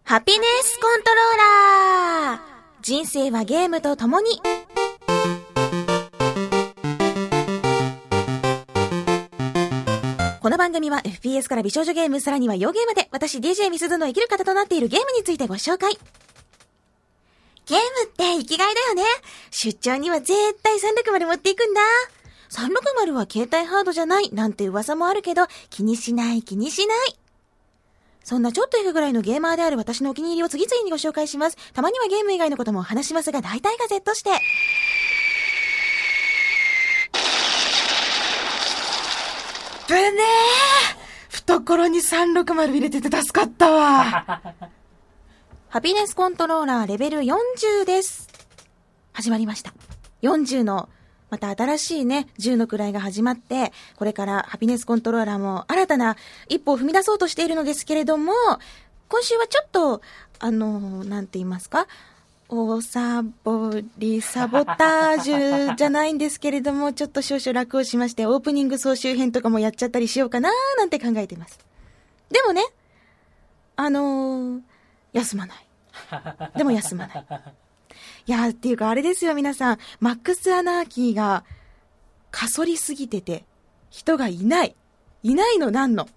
ハピネスコントローラー。人生はゲームと共に。この番組は FPS から美少女ゲーム、さらには洋ゲームで私 DJ ミスズの生きる方となっているゲームについてご紹介。ゲームって生きがいだよね。出張には絶対360持っていくんだ。360は携帯ハードじゃないなんて噂もあるけど、気にしない。そんなちょっと行くぐらいのゲーマーである私のお気に入りを次々にご紹介します。たまにはゲーム以外のことも話しますが、大体が Z して。ぶねー、懐に360入れてて助かったわ。ハピネスコントローラーレベル40です。始まりました。40のまた新しいね、10の位が始まって、これからハピネスコントローラーも新たな一歩を踏み出そうとしているのですけれども、今週はちょっと、なんて言いますか、サボタージュじゃないんですけれども、ちょっと少々楽をしまして、オープニング総集編とかもやっちゃったりしようかなーなんて考えています。でもね、休まない。でも休まない。いやーっていうかあれですよ皆さん、マックスアナーキーがかそりすぎてて人がいないのなんの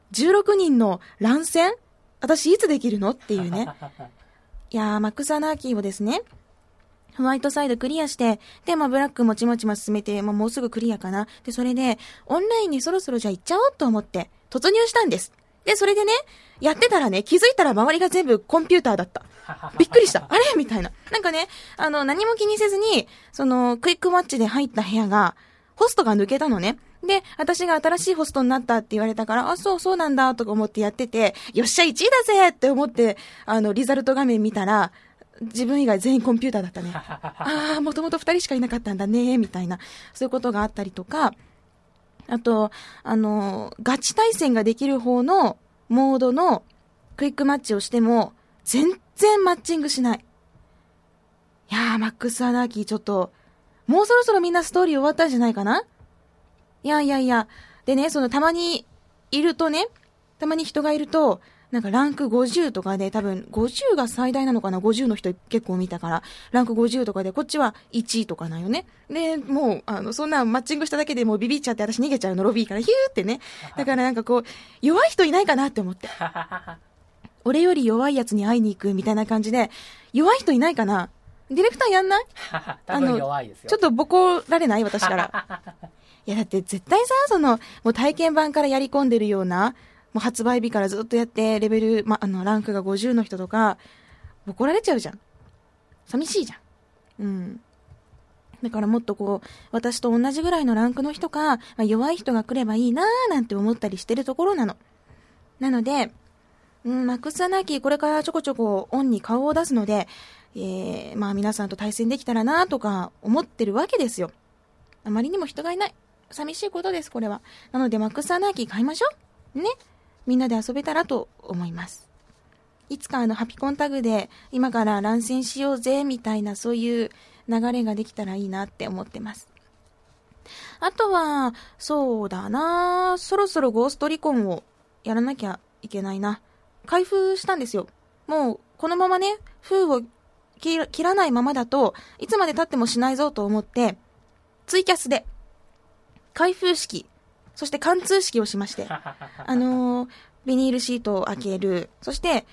16人の乱戦、私いつできるのっていうね。いやーマックスアナーキーをですね、ホワイトサイドクリアして、でブラックもちまちま進めて、もうすぐクリアかな。でそれでオンラインにそろそろじゃあ行っちゃおうと思って突入したんです。でそれでねやってたらね、気づいたら周りが全部コンピューターだった。びっくりした。あれみたいな。なんかね、何も気にせずに、クイックマッチで入った部屋が、ホストが抜けたのね。で、私が新しいホストになったって言われたから、あ、そうなんだ、とか思ってやってて、よっしゃ、1位だぜって思って、リザルト画面見たら、自分以外全員コンピューターだったね。あー、もともと2人しかいなかったんだね、みたいな。そういうことがあったりとか、あと、ガチ対戦ができる方のモードのクイックマッチをしても、全然マッチングしない。いやー、マックスアナーキーちょっと、もうそろそろみんなストーリー終わったんじゃないかな。いや。でね、たまにいるとね、たまに人がいると、なんかランク50とかで、多分50が最大なのかな、50の人結構見たから、ランク50とかで、こっちは1位とかなんよね。で、もう、そんなマッチングしただけでもうビビっちゃって、私逃げちゃうの、ロビーからヒューってね。だからなんかこう、弱い人いないかなって思って。俺より弱いやつに会いに行くみたいな感じで、弱い人いないかな。ディレクターやんない？ 多分弱いですよ。 ちょっとボコられない？私から。いやだって絶対さ、もう体験版からやり込んでるような、もう発売日からずっとやって、レベル、ランクが50の人とか、ボコられちゃうじゃん。寂しいじゃん。うん。だからもっとこう、私と同じぐらいのランクの人か、弱い人が来ればいいなーなんて思ったりしてるところなの。なので、マックスアナーキーこれからちょこちょこオンに顔を出すので、皆さんと対戦できたらなとか思ってるわけですよ。あまりにも人がいない。寂しいことです、これは。なのでマックスアナーキー買いましょう。ね。みんなで遊べたらと思います。いつかハピコンタグで今から乱戦しようぜみたいなそういう流れができたらいいなって思ってます。あとは、そうだな、そろそろゴーストリコンをやらなきゃいけないな。開封したんですよ。もうこのままね、封を切らないままだといつまで経ってもしないぞと思ってツイキャスで開封式、そして貫通式をしましてビニールシートを開ける、そして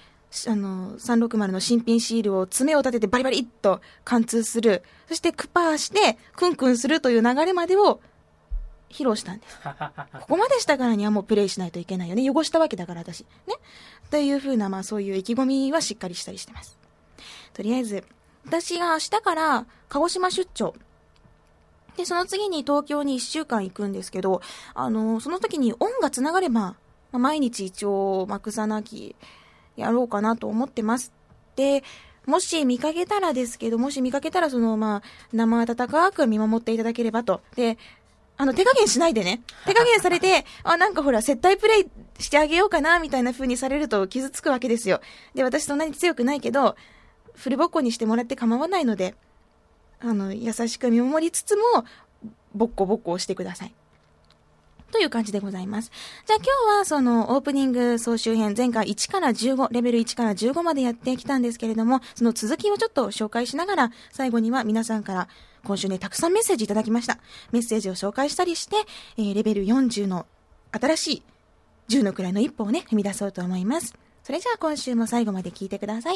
360の新品シールを爪を立ててバリバリっと貫通する、そしてクパーしてクンクンするという流れまでを披露したんです。ここまでしたからにはもうプレイしないといけないよね。汚したわけだから私ね。という風なそういう意気込みはしっかりしたりしてます。とりあえず私が明日から鹿児島出張で、その次に東京に1週間行くんですけど、その時にオンがつながれば、毎日一応マックスアナーキーやろうかなと思ってます。で、もし見かけたらですけど、生温かく見守っていただければと。で、手加減しないでね。手加減されて、なんかほら、接待プレイしてあげようかな、みたいな風にされると傷つくわけですよ。で、私そんなに強くないけど、フルボッコにしてもらって構わないので、優しく見守りつつも、ボッコボッコをしてください。 という感じでございます。じゃあ今日はそのオープニング総集編、前回1から15、レベル1から15までやってきたんですけれども、その続きをちょっと紹介しながら、最後には皆さんから今週ね、たくさんメッセージいただきました。メッセージを紹介したりして、レベル40の新しい10の位の一歩をね、踏み出そうと思います。それじゃあ今週も最後まで聞いてください。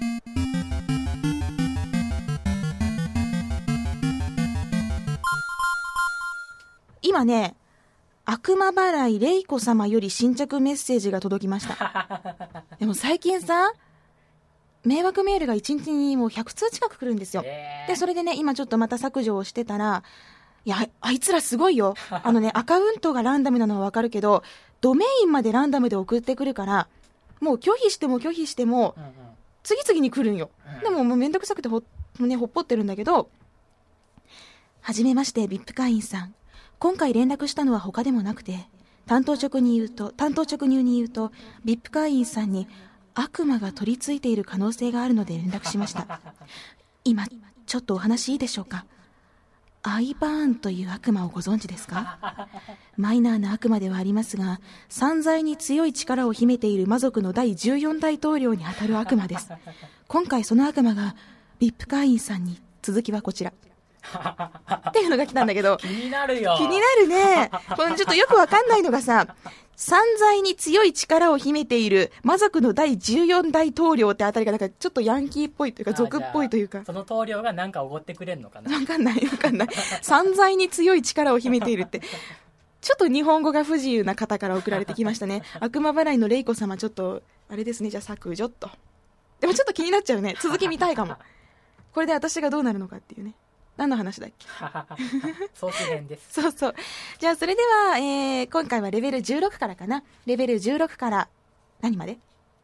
今ね、悪魔払いレイコ様より新着メッセージが届きました。でも最近さ、迷惑メールが1日にもう100通近く来るんですよ。で、それでね、今ちょっとまた削除をしてたら、いや、あいつらすごいよ。アカウントがランダムなのはわかるけど、ドメインまでランダムで送ってくるから、もう拒否しても、次々に来るんよ。でももうめんどくさくてほっぽってるんだけど、はじめまして、VIP 会員さん。今回連絡したのは他でもなくて、担当直入に言うと、VIP 会員さんに悪魔が取り付いている可能性があるので連絡しました。今、ちょっとお話いいでしょうか。アイバーンという悪魔をご存知ですか？マイナーな悪魔ではありますが、散財に強い力を秘めている魔族の第14大統領にあたる悪魔です。今回その悪魔が VIP 会員さんに、続きはこちら。っていうのが来たんだけど、 気になるよ。 気になるね。これちょっとよくわかんないのがさ、散財に強い力を秘めている魔族の第14大統領ってあたりがなんかちょっとヤンキーっぽいというか族っぽいというか、 その統領がなんかおごってくれるのかな。 わかんない散財に強い力を秘めているってちょっと日本語が不自由な方から送られてきましたね。悪魔払いのレイコ様、ちょっとあれですね。じゃあ削除っと。でもちょっと気になっちゃうね。続き見たいかも。これで私がどうなるのかっていうね。何の話だっけ？ 総集編です。 そう。じゃあそれでは、今回はレベル16からかな。レベル16から何まで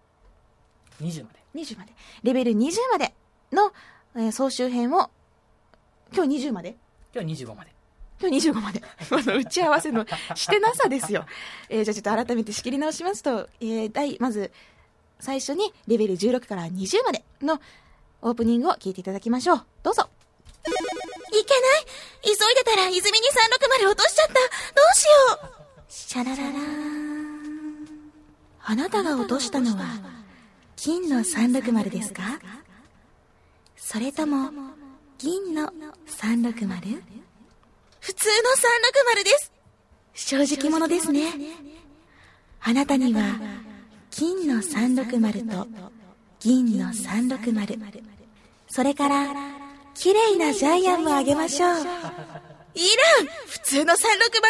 ？20まで。 20まで。レベル20までの、総集編を、今日20まで今日25まで。 今日25まで。打ち合わせのしてなさですよ。じゃあちょっと改めて仕切り直しますと、まず、最初にレベル16から20までのオープニングを聞いていただきましょう。どうぞ。 いけない、急いでたら泉に360落としちゃった。どうしよう。シャラララーン。 あなたが落としたのは金の360ですか？それとも銀の 360？ 普通の360です。 正直者ですね。あなたには金の360と銀の360、それから綺麗なジャイアンもあげましょう。 いらん、普通の360をよこ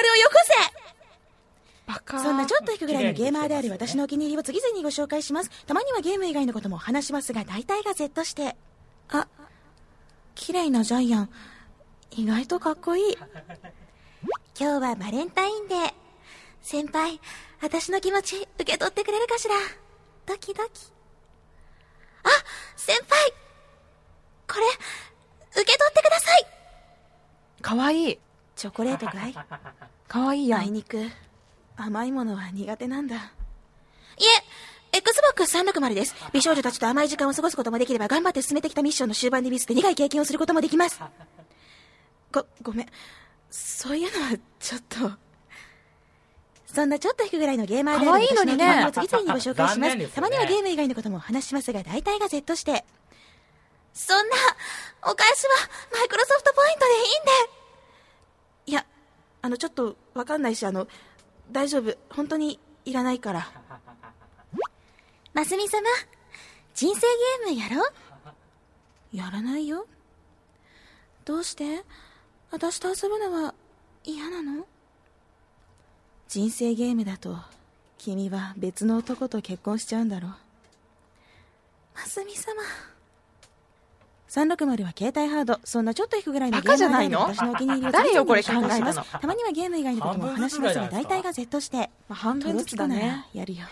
バカ。 そんなちょっと引くぐらいのゲーマーである私のお気に入りを次々にご紹介します。たまにはゲーム以外のことも話しますが、大体が Z して。 あ、綺麗なジャイアン、意外とかっこいい。 今日はバレンタインデー。先輩、私の気持ち受け取ってくれるかしら。ドキドキ。あ、先輩、これ受け取ってください。 かわいい。 チョコレートかい？ かわいいやん。 あいにく甘いものは苦手なんだ。 いえ、Xbox360 です。美少女たちと甘い時間を過ごすこともできれば、頑張って進めてきたミッションの終盤でミスって苦い経験をすることもできます。 ごめん。そういうのはちょっと。 そんなちょっと引くぐらいのゲーマーである私のお気に入りを次々にご紹介します。たまにはゲーム以外のこともお話しますが、大体が Z して。そんな、お返しはマイクロソフトポイントでいいんで。 いや、ちょっとわかんないし、大丈夫。本当にいらないから。 ますみ様、人生ゲームやろう？ やらないよ。どうして？私と遊ぶのは嫌なの？人生ゲームだと君は別の男と結婚しちゃうんだろう。 ますみ様、 360は携帯ハード。そんなちょっと引くぐらいのゲームバカじゃないの？ 私のお気に入りを誰よこれ次々にご紹介します。 考えたの？ たまにはゲーム以外のこともお話しますが、大体が Z して。 半分ずつだね。 やるよ。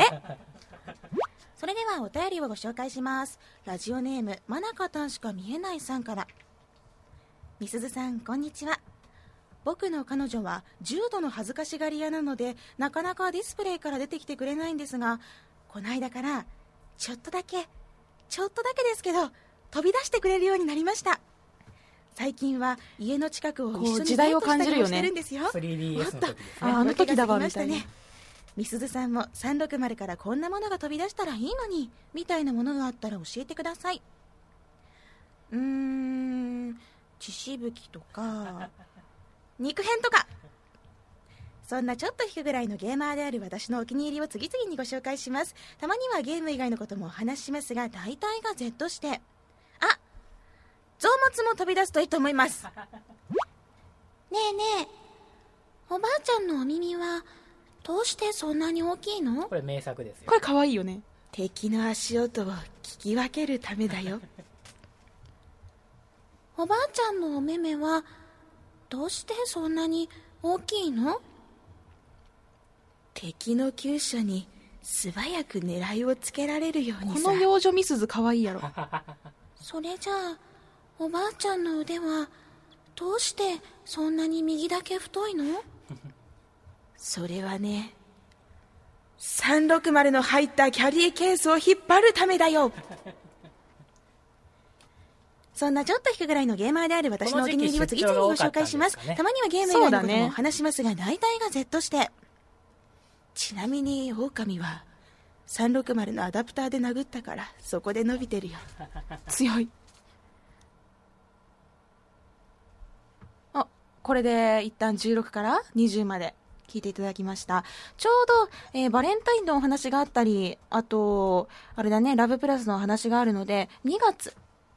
それではお便りをご紹介します。ラジオネームマナカタンしか見えないさんから。みすずさん、こんにちは。僕の彼女は重度の恥ずかしがり屋なので、なかなかディスプレイから出てきてくれないんですが、この間からちょっとだけですけど飛び出してくれるようになりました。 最近は家の近くを一緒にこう時代を感じるよねしてるんですよ。 3DS の時ですね。 あの時だわみたいな。 みすずさんも360からこんなものが飛び出したらいいのにみたいなものがあったら教えてください。血しぶきとか肉片とか、そんなちょっと引くぐらいのゲーマーである私のお気に入りを次々にご紹介します。たまにはゲーム以外のこともお話ししますが、大体が Z して、臓物も飛び出すといいと思います。ねえねえ、おばあちゃんのお耳はどうしてそんなに大きいの？ これ名作ですよ。 これ可愛いよね。 敵の足音を聞き分けるためだよ。おばあちゃんのお目目はどうしてそんなに大きいの？敵の急所に素早く狙いをつけられるようにさ。 この幼女みすず可愛いやろ。 それじゃあおばあちゃんの腕はどうしてそんなに右だけ太いの？それはね、360の入ったキャリーケースを引っ張るためだよ。そんなちょっと引くぐらいのゲーマーである私のお気に入りを次々にご紹介します。たまにはゲーム以外のこともお話しますが、大体が Z して。ちなみに狼は360のアダプターで殴ったからそこで伸びてるよ。 強い。これで一旦16から20まで聞いていただきました。ちょうど、バレンタインのお話があったり、あとあれだね、ラブプラスのお話があるので2月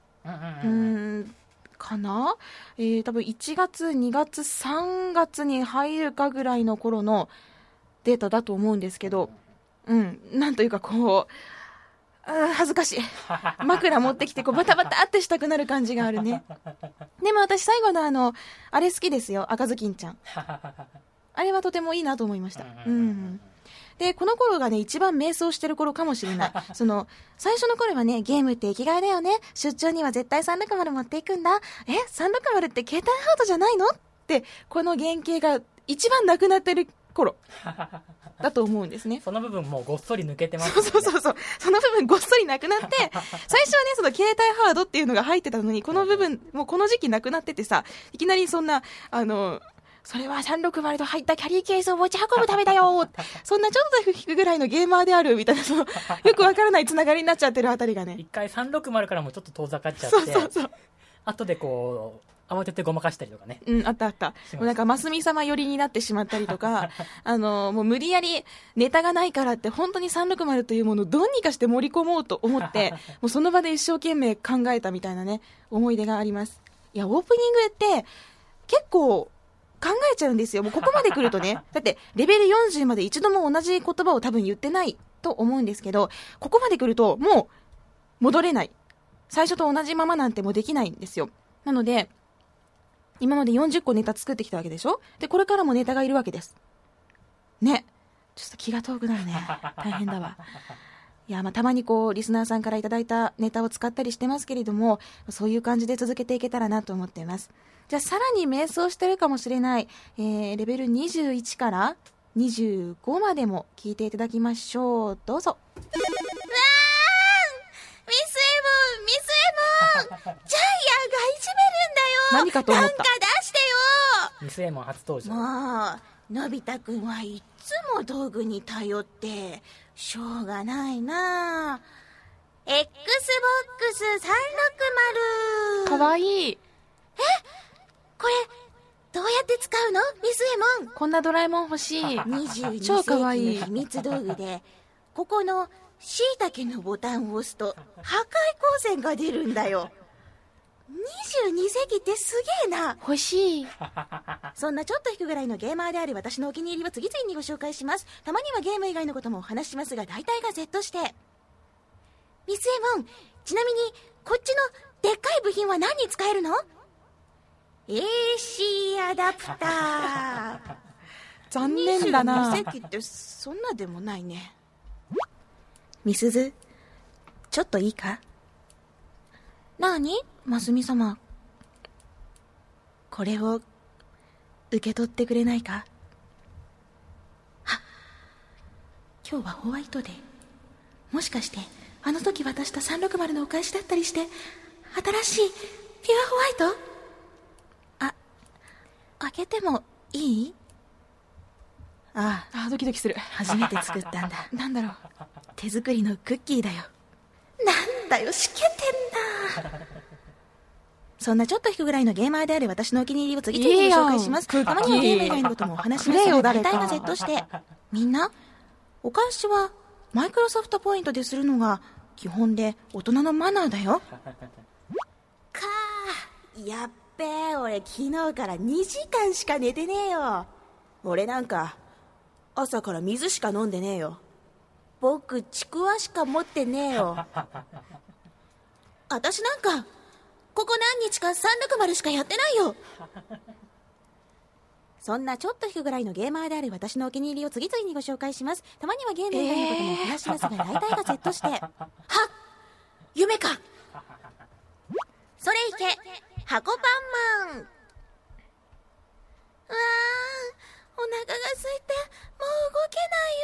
かな、多分1月2月3月に入るかぐらいの頃のデータだと思うんですけど、なんというかこう恥ずかしい。枕持ってきてこうバタバタってしたくなる感じがあるね。でも私最後のあれ好きですよ、赤ずきんちゃん。あれはとてもいいなと思いました。でこの頃がね一番迷走してる頃かもしれない。その最初の頃はね、ゲームって生きがいだよね、出張には絶対360持っていくんだ、360って携帯ハードじゃないのってこの原型が一番なくなってる頃だと思うんですね。 その部分もうごっそり抜けてますね。 そうその部分ごっそりなくなって最初はねその携帯ハードっていうのが入ってたのに、この部分もうこの時期なくなっててさ、いきなりそんなそれは360と入ったキャリーケースを持ち運ぶためだよそんなちょっと引くぐらいのゲーマーであるみたいな、そのよくわからないつながりになっちゃってるあたりがね、 一回360からもちょっと遠ざかっちゃって、 そう後でこう慌ててごまかしたりとかね。 あったもうなんかマスミ様寄りになってしまったりとかもう無理やりネタがないからって本当に360というものをどうにかして盛り込もうと思ってもうその場で一生懸命考えたみたいなね思い出があります。いやオープニングって結構考えちゃうんですよ。もうここまで来るとねだってレベル40まで一度も同じ言葉を多分言ってないと思うんですけど、ここまで来るともう戻れない、最初と同じままなんてもうできないんですよ。なので今まで40個ネタ作ってきたわけでしょ。でこれからもネタがいるわけですね。ちょっと気が遠くなるね。大変だわ。いやたまにこうリスナーさんからいただいたネタを使ったりしてますけれども、そういう感じで続けていけたらなと思っています。じゃあさらに迷走してるかもしれない、レベル21から25までも聞いていただきましょう。どうぞ。 ミスエモンジャイアンがいじめるんだよ。 何かと思った。 なんか出してよ。 ミスエモン初登場。 もうのび太くんはいつも道具に頼ってしょうがないな。 XBOX360 かわいい。 これどうやって使うのミスエモン。 こんなドラえもん欲しい。 22 超かわいい世紀の秘密道具でここのしいたけのボタンを押すと破壊光線が出るんだよ。22世紀ってすげえな。 欲しい。 そんなちょっと引くぐらいのゲーマーである私のお気に入りを次々にご紹介します。たまにはゲーム以外のこともお話しますが、大体が Z して。ミスエモン、ちなみにこっちのでっかい部品は何に使えるの？ AC アダプター。 残念だな。 22世紀ってそんなでもないね。みすず、ちょっといいか？なに？マスミ様。これを受け取ってくれないか？今日はホワイトデー。もしかしてあの時渡した360のお返しだったりして、新しいピュアホワイト？ 開けてもいい？ああ、ドキドキする。 初めて作ったんだ。 なんだろう。 手作りのクッキーだよ。なんだよ、しけてんな。そんなちょっと引くぐらいのゲーマーである私のお気に入りを次々にご紹介します。たまにはゲーム以外のこともお話しますが、大体がセットして。みんな、お返しはマイクロソフトポイントでするのが基本で大人のマナーだよ。かー、やっべえ、俺昨日から2時間しか寝てねえよ。俺なんか朝から水しか飲んでねえよ。僕ちくわしか持ってねえよ。私なんかここ何日か360しかやってないよ。そんなちょっと引くぐらいのゲーマーである私のお気に入りを次々にご紹介します。たまにはゲーム以外のこともお話しますが、大体がセットして。はっ、夢か。それいけ、箱パンマン。うわー、お腹が空いてもう動け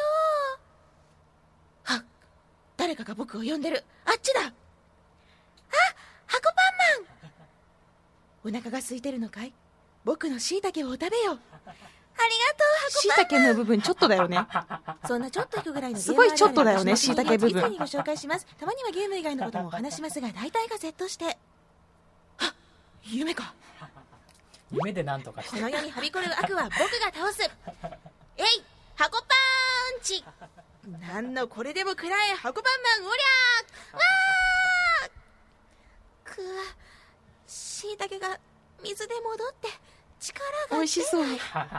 ないよ。はっ、誰かが僕を呼んでる。あっちだ。あ、箱パンマン。お腹が空いてるのかい？僕の椎茸を食べよう。ありがとう、箱椎パンマン。 茸の部分ちょっとだよね。 そんなちょっと引くぐらいのすごいちょっとだよね椎椎茸部分にご紹介します。たまにはゲーム以外のこともお話しますが、大体がセットして。あ、夢か。 夢でなんとかしてこの世にはびこる悪は僕が倒す。えい、箱パンチ。なんのこれでも食らえ、箱パンマン、おりゃー。わー。くわ、椎茸が水で戻って力が美味しそう。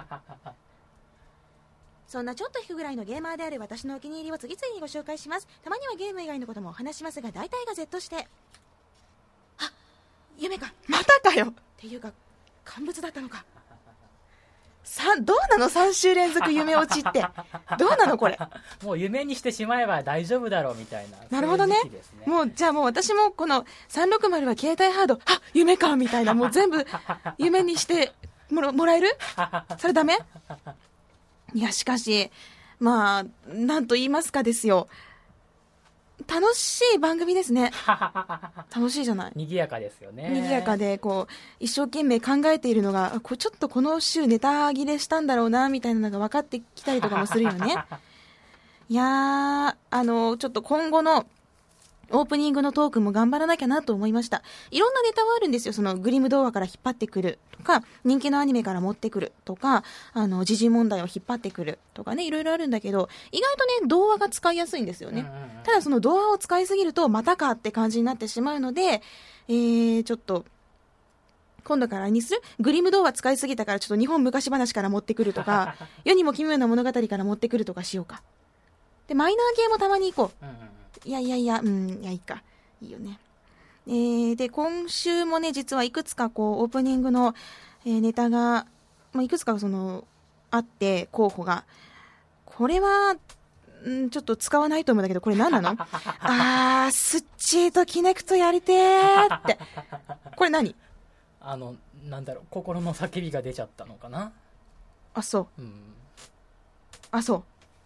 そんなちょっと引くぐらいのゲーマーである私のお気に入りを次々にご紹介します。たまにはゲーム以外のこともお話しますが、大体が Z して。あ、夢か。 またかよ。 っていうか乾物だったのか。 どうなの3週連続夢落ちって。どうなのこれ。 もう夢にしてしまえば大丈夫だろうみたいな。 なるほどね。 そういう時期ですね。 もうじゃあもう私もこの360は携帯ハード、あ、夢かみたいな、もう全部夢にしてもらえる？それダメ？いやしかし、まあなんと言いますかですよ。楽しい番組ですね。楽しいじゃない。 賑やかですよね。 賑やかでこう一生懸命考えているのが、ちょっとこの週ネタ切れしたんだろうなみたいなのが分かってきたりとかもするよね。いやー、ちょっと今後のオープニングのトークも頑張らなきゃなと思いました。いろんなネタはあるんですよ。そのグリム童話から引っ張ってくるとか、人気のアニメから持ってくるとか、時事問題を引っ張ってくるとかね、いろいろあるんだけど、意外とね、童話が使いやすいんですよね。ただその童話を使いすぎると、またかって感じになってしまうので、ちょっと、今度からにする？グリム童話使いすぎたからちょっと日本昔話から持ってくるとか、世にも奇妙な物語から持ってくるとかしようか。で、マイナー系もたまに行こう。いや、いいか。いいよね。で、今週もね、実はいくつかこう、オープニングの、ネタが、いくつかあって、候補が。これは、ちょっと使わないと思うんだけど、これ何なの？スッチーとキネクトやりてーって。これ何？ なんだろう、心の叫びが出ちゃったのかな。 あ、そう。 うん。 あ、そう。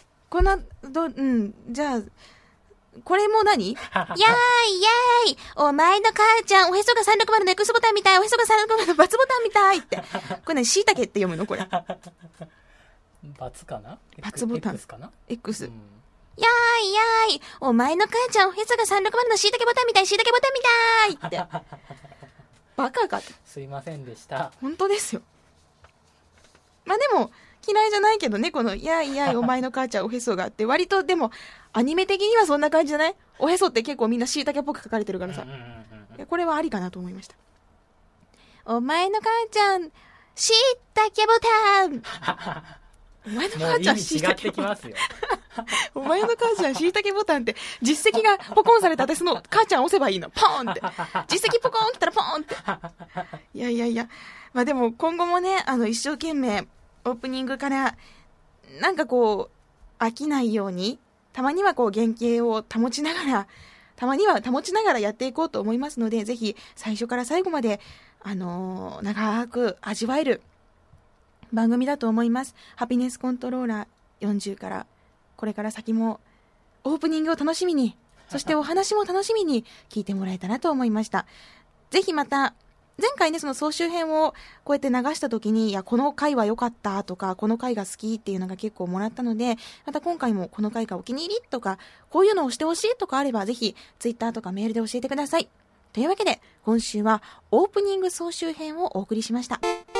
じゃあ、これも何？ やーいやーい、お前の母ちゃん、おへそが360の X ボタンみたい、おへそが360のバツボタンみたいって。これ何？椎茸って読むのこれ。 バツかな？ バツボタン。 X かな？ X。 やーいやーい、お前の母ちゃん、おへそが360の椎茸ボタンみたい、椎茸ボタンみたいって。 バカかって。 すいませんでした。 本当ですよ。まあでも、嫌いじゃないけどね、この、いやいや、お前の母ちゃんおへそがあって、割とでも、アニメ的にはそんな感じじゃない？おへそって結構みんな椎茸っぽく書かれてるからさ。これはありかなと思いました。お前の母ちゃん、椎茸ボタンお前の母ちゃん椎茸ボタン。お前の母ちゃん椎茸ボタンって、実績がポコンされた私の母ちゃん押せばいいの。ポーンって。実績ポコンって言ったらポーンって。いや。まあでも今後もね、一生懸命、オープニングからなんかこう飽きないようにたまにはこう原型を保ちながらやっていこうと思いますので、ぜひ最初から最後まで長く味わえる番組だと思います。ハピネスコントローラー40からこれから先もオープニングを楽しみに、そしてお話も楽しみに聞いてもらえたらと思いました。ぜひまた前回ね、その総集編をこうやって流した時に、いや、この回は良かったとか、この回が好きっていうのが結構もらったので、また今回もこの回がお気に入りとか、こういうのをしてほしいとかあれば、ぜひ、ツイッターとかメールで教えてください。というわけで、今週はオープニング総集編をお送りしました。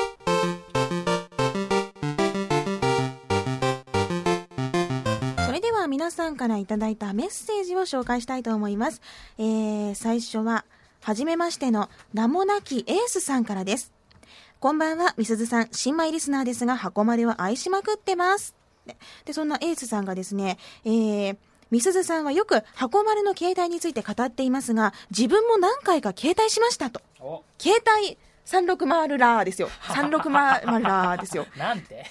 それでは皆さんからいただいたメッセージを紹介したいと思います。最初は、はじめましての名もなきエースさんからです。こんばんは、みすずさん、新米リスナーですが、箱丸を愛しまくってます。で、そんなエースさんがですね、みすずさんはよく箱丸の携帯について語っていますが、自分も何回か携帯しましたと。携帯360ラーですよ。360ラーですよ。 なんて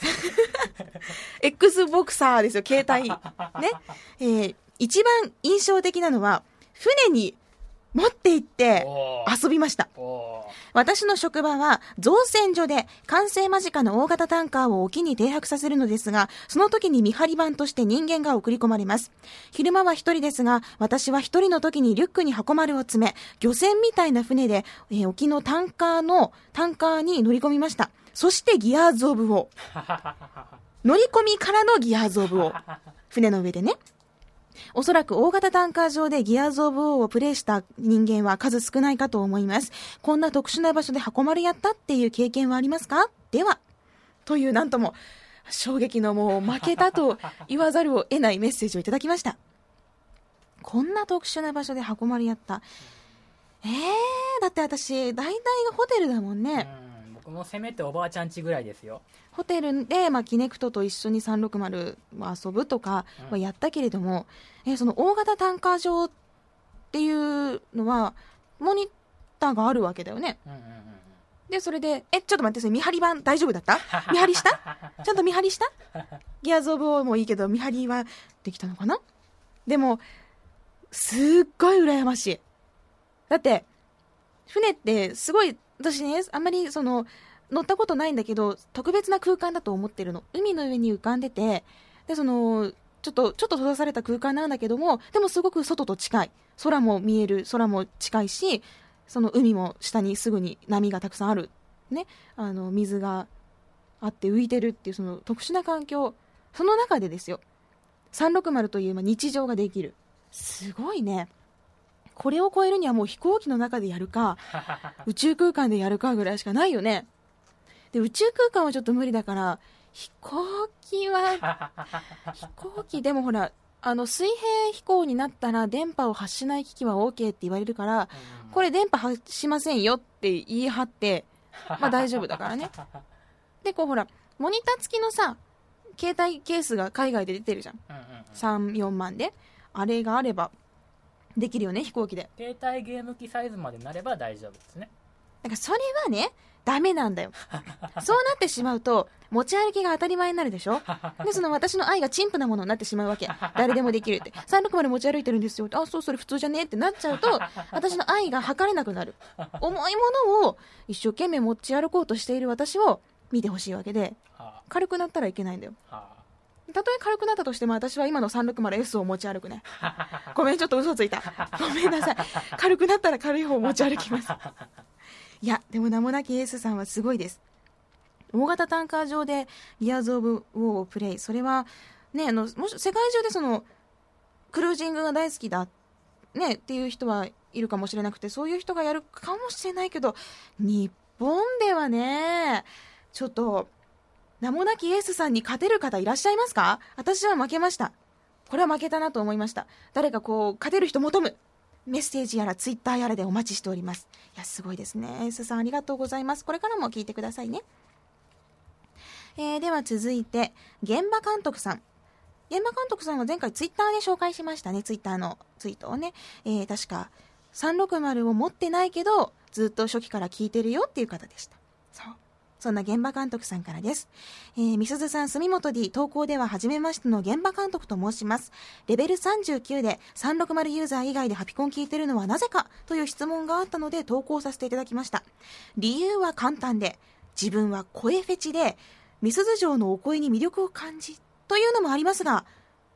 X ボクサーですよ、携帯。ね。一番印象的なのは、船に持って行って遊びました。私の職場は造船所で完成間近の大型タンカーを沖に停泊させるのですが、その時に見張り番として人間が送り込まれます。昼間は一人ですが、私は一人の時にリュックに箱丸を詰め、漁船みたいな船で、沖のタンカーに乗り込みました。そしてギアーズ・オブ・ウォー。乗り込みからのギアーズ・オブ・ウォー。船の上でね。おそらく大型タンカー上でギアーズ・オブ・ウォーをプレイした人間は数少ないかと思います。こんな特殊な場所で箱丸やったっていう経験はありますか？では、というなんとも衝撃のもう負けたと言わざるを得ないメッセージをいただきました。こんな特殊な場所で箱丸やった。だって私大体がホテルだもんね。 僕もせめておばあちゃん家ぐらいですよ。 ホテルで、キネクトと一緒に360を遊ぶとかはやったけれども、その大型タンカー場っていうのはモニターがあるわけだよね。でそれでちょっと待って、それ見張り版大丈夫だった？見張りした？ちゃんと見張りした？ギアーズ・オブ・ウォーもいいけど見張りはできたのかな？でもすっごい羨ましい。だって船ってすごい、私ね、あんまりその乗ったことないんだけど、特別な空間だと思ってるの。海の上に浮かんでて、でそのちょっと閉ざされた空間なんだけども、でもすごく外と近い。空も見える、空も近いし、その海も下にすぐに波がたくさんある、ね、水があって浮いてるっていうその特殊な環境、その中でですよ、360という日常ができる。すごいね。これを超えるにはもう飛行機の中でやるか宇宙空間でやるかぐらいしかないよね。で宇宙空間はちょっと無理だから、飛行機でもほら水平飛行になったら電波を発しない機器は OK って言われるから、これ電波発しませんよって言い張って大丈夫だからね。でこうほらモニター付きのさ携帯ケースが海外で出てるじゃん、3、4万で、あれがあればできるよね、飛行機で。 携帯ゲーム機サイズまでなれば大丈夫ですね。 だからそれはねダメなんだよ。そうなってしまうと持ち歩きが当たり前になるでしょ。でその私の愛が陳腐なものになってしまうわけ。誰でもできるって、360持ち歩いてるんですよ、あ、そう、それ普通じゃねってなっちゃうと私の愛が測れなくなる。重いものを一生懸命持ち歩こうとしている私を見てほしいわけで、軽くなったらいけないんだよ。たとえ軽くなったとしても私は今の 360S を持ち歩くね。ごめん、ちょっと嘘ついた、ごめんなさい。軽くなったら軽い方を持ち歩きます。いやでも名もなきエースさんはすごいです。大型タンカー上でギアーズ・オブ・ウォーをプレイ、それはね、もし世界中でそのクルージングが大好きだ、ね、っていう人はいるかもしれなくて、そういう人がやるかもしれないけど、日本ではね、ちょっと名もなきエースさんに勝てる方いらっしゃいますか？私は負けました。これは負けたなと思いました。誰かこう勝てる人求む、メッセージやらツイッターやらでお待ちしております。いやすごいですね。エースさんありがとうございます。これからも聞いてくださいね。では続いて現場監督さん。現場監督さんは前回ツイッターで紹介しましたね。ツイッターのツイートをね、確か360を持ってないけどずっと初期から聞いてるよっていう方でした。そんな現場監督さんからです。みすずさん、住本 D、投稿では初めましての現場監督と申します。レベル39で360ユーザー以外でハピコン聞いてるのはなぜかという質問があったので投稿させていただきました。理由は簡単で、自分は声フェチでみすず城のお声に魅力を感じというのもありますが、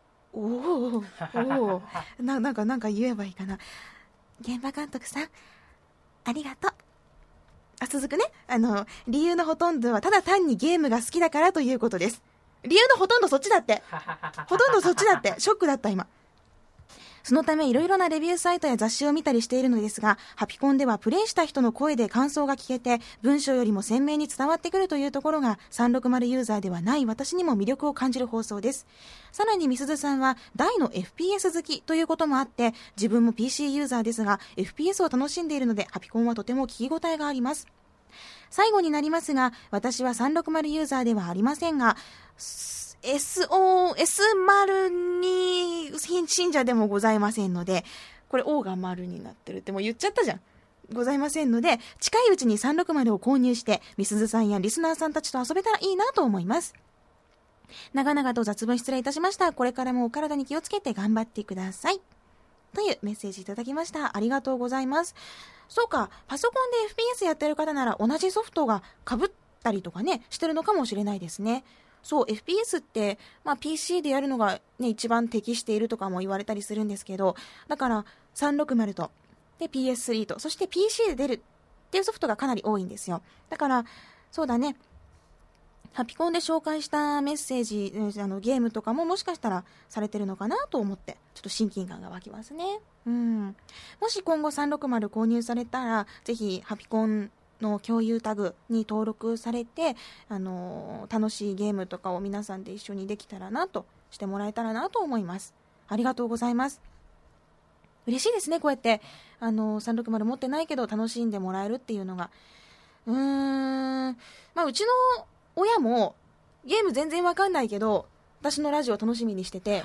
なんか言えばいいかな。現場監督さん、ありがとう。 続くね。理由のほとんどはただ単にゲームが好きだからということです。理由のほとんどそっちだって。ほとんどそっちだって。ショックだった今。そのためいろいろなレビューサイトや雑誌を見たりしているのですが、ハピコンではプレイした人の声で感想が聞けて、文章よりも鮮明に伝わってくるというところが360ユーザーではない私にも魅力を感じる放送です。さらにみすずさんは大の FPS 好きということもあって、自分も PC ユーザーですが FPS を楽しんでいるので、ハピコンはとても聞き応えがあります。最後になりますが、私は360ユーザーではありませんが、S02 信者でもございませんので、これ O が丸になってるってもう言っちゃったじゃん。ございませんので、近いうちに360を購入して、みすずさんやリスナーさんたちと遊べたらいいなと思います。長々と雑文失礼いたしました。これからもお体に気をつけて頑張ってください。というメッセージいただきました。ありがとうございます。そうか、パソコンで FPS やってる方なら同じソフトが被ったりとかね、してるのかもしれないですね。そう、FPS って、PC でやるのがね、一番適しているとかも言われたりするんですけど、だから360と、で PS3 と、そして PC で出るっていうソフトがかなり多いんですよ。だから、そうだね、ハピコンで紹介したメッセージ、ゲームとかももしかしたらされてるのかなと思って、ちょっと親近感が湧きますね。もし今後360購入されたら、ぜひハピコンの共有タグに登録されて、楽しいゲームとかを皆さんで一緒にできたらなと、してもらえたらなと思います。ありがとうございます。嬉しいですね、こうやって360持ってないけど楽しんでもらえるっていうのが。うちの親もゲーム全然わかんないけど私のラジオ楽しみにしてて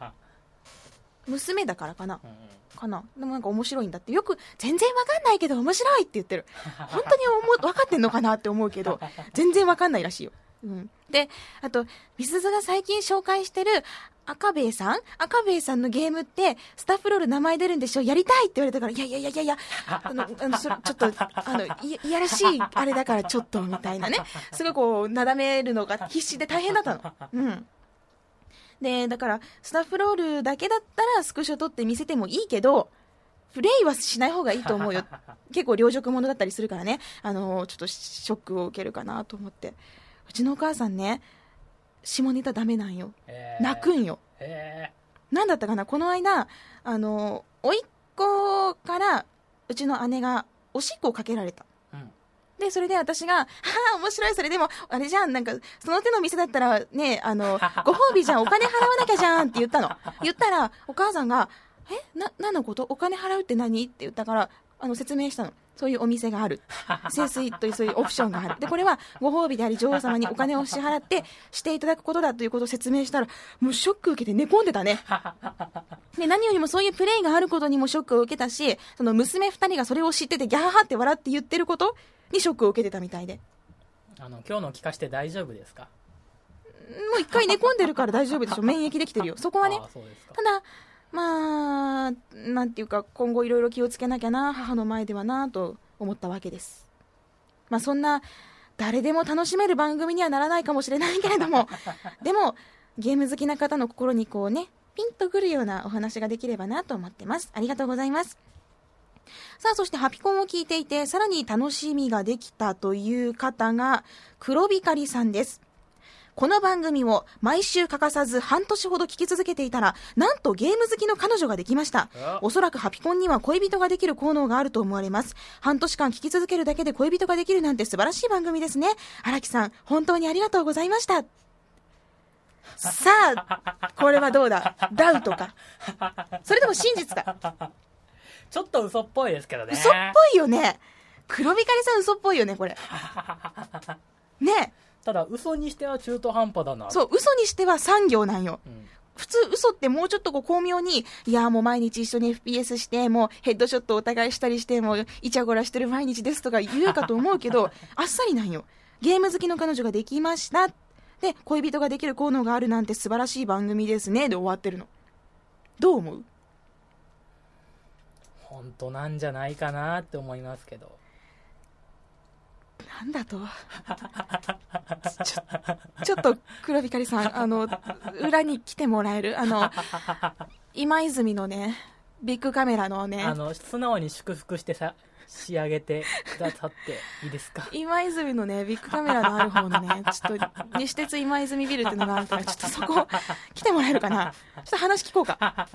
娘だからかな、でもなんか面白いんだって、よく全然わかんないけど面白いって言ってる。本当に分かってんのかなって思うけど全然わかんないらしいよ。で、あとみすずが最近紹介してる赤兵衛さんのゲームってスタッフロール名前出るんでしょ、やりたいって言われたから、いやちょっといやらしいあれだからちょっとみたいなね、すごいこうなだめるのが必死で大変だったの。でだからスタッフロールだけだったらスクショ撮って見せてもいいけどプレイはしない方がいいと思うよ。結構両辱者だったりするからね、ちょっとショックを受けるかなと思って。うちのお母さんね、下ネタダメなんよ、泣くんよ。なんだったかな、この間甥っ子からうちの姉がおしっこをかけられた、でそれで私が面白い、それでもあれじゃん、なんかその手の店だったらねご褒美じゃん、お金払わなきゃじゃんって言ったらお母さんが何のこと、お金払うって何って言ったから説明したの。そういうお店がある、清水というそういうオプションがある、でこれはご褒美であり女王様にお金を支払ってしていただくことだということを説明したら、もうショック受けて寝込んでたね。で何よりもそういうプレイがあることにもショックを受けたし、その娘2人がそれを知っててギャーハーって笑って言ってることにショックを受けてたみたいで、 今日の聞かして大丈夫ですか？ もう一回寝込んでるから大丈夫でしょ、免疫できてるよ、そこはね。ただなんていうか、今後いろいろ気をつけなきゃな、母の前ではなと思ったわけです。そんな誰でも楽しめる番組にはならないかもしれないけれどもでもゲーム好きな方の心にこうね、ピンとくるようなお話ができればなと思ってます。ありがとうございます。さあ、そしてハピコンを聞いていてさらに楽しみができたという方が黒光さんです。この番組を毎週欠かさず半年ほど聞き続けていたら、なんとゲーム好きの彼女ができました。おそらくハピコンには恋人ができる効能があると思われます。半年間聞き続けるだけで恋人ができるなんて素晴らしい番組ですね。荒木さん、本当にありがとうございました。さあ、これはどうだ、ダウトか、それとも真実か。 ちょっと嘘っぽいですけどね。 嘘っぽいよね。黒光さん嘘っぽいよね、これ。ねえ。 ただ嘘にしては中途半端だな。 そう、嘘にしては産業なんよ。普通嘘ってもうちょっとこう巧妙に、いやもう毎日一緒に FPS してもうヘッドショットお互いしたりしてもうイチャゴラしてる毎日ですとか言うかと思うけどあっさりなんよ。ゲーム好きの彼女ができました、で恋人ができる効能があるなんて素晴らしい番組ですねで終わってるの。どう思う？ 本当なんじゃないかなって思いますけど。 なんだとちょっと黒光さん裏に来てもらえる？今泉のねビッグカメラのね、 素直に祝福して仕上げてくださっていいですか？ 今泉のね、ビッグカメラのある方のね、ちょっと、西鉄今泉ビルっていうのがあるから、ちょっとそこ、来てもらえるかな。ちょっと話聞こうか。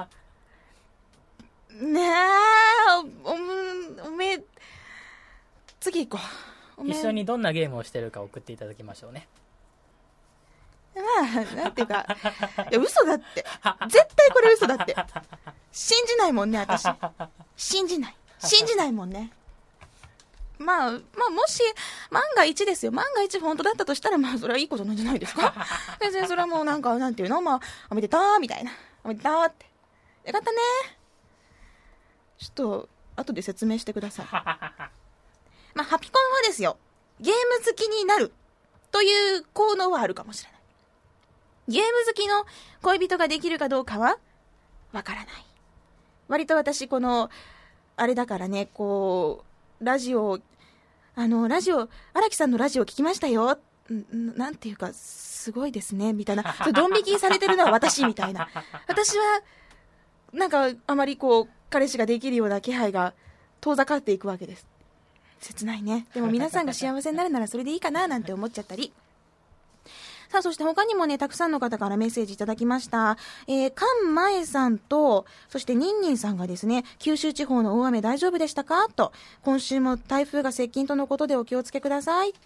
ねえ、おめえ、次行こう。 一緒にどんなゲームをしてるか送っていただきましょうね。 まあ、なんていうか、いや、嘘だって。絶対これ嘘だって。信じないもんね、私。信じないもんね。まあ、もし、万が一ですよ。万が一本当だったとしたら、まあ、それはいいことなんじゃないですか。別にそれはもうなんか、なんていうの、まあ、おめでとうみたいな。おめでとうって。よかったね。ちょっと、後で説明してください。まあ、ハピコンはですよ、ゲーム好きになるという効能はあるかもしれない。ゲーム好きの恋人ができるかどうかはわからない。割と私、この、あれだからね、こう、ラジオ、荒木さんのラジオ聞きましたよ。なんていうか、すごいですね、みたいな。ドン引きされてるのは私、みたいな。私は、なんか、あまりこう、彼氏ができるような気配が遠ざかっていくわけです。切ないね。でも皆さんが幸せになるならそれでいいかな、なんて思っちゃったり。さあ、そして他にもね、たくさんの方からメッセージいただきました。菅前さんと、そしてニンニンさんがですね、九州地方の大雨大丈夫でしたかと、今週も台風が接近とのことでお気をつけくださいって、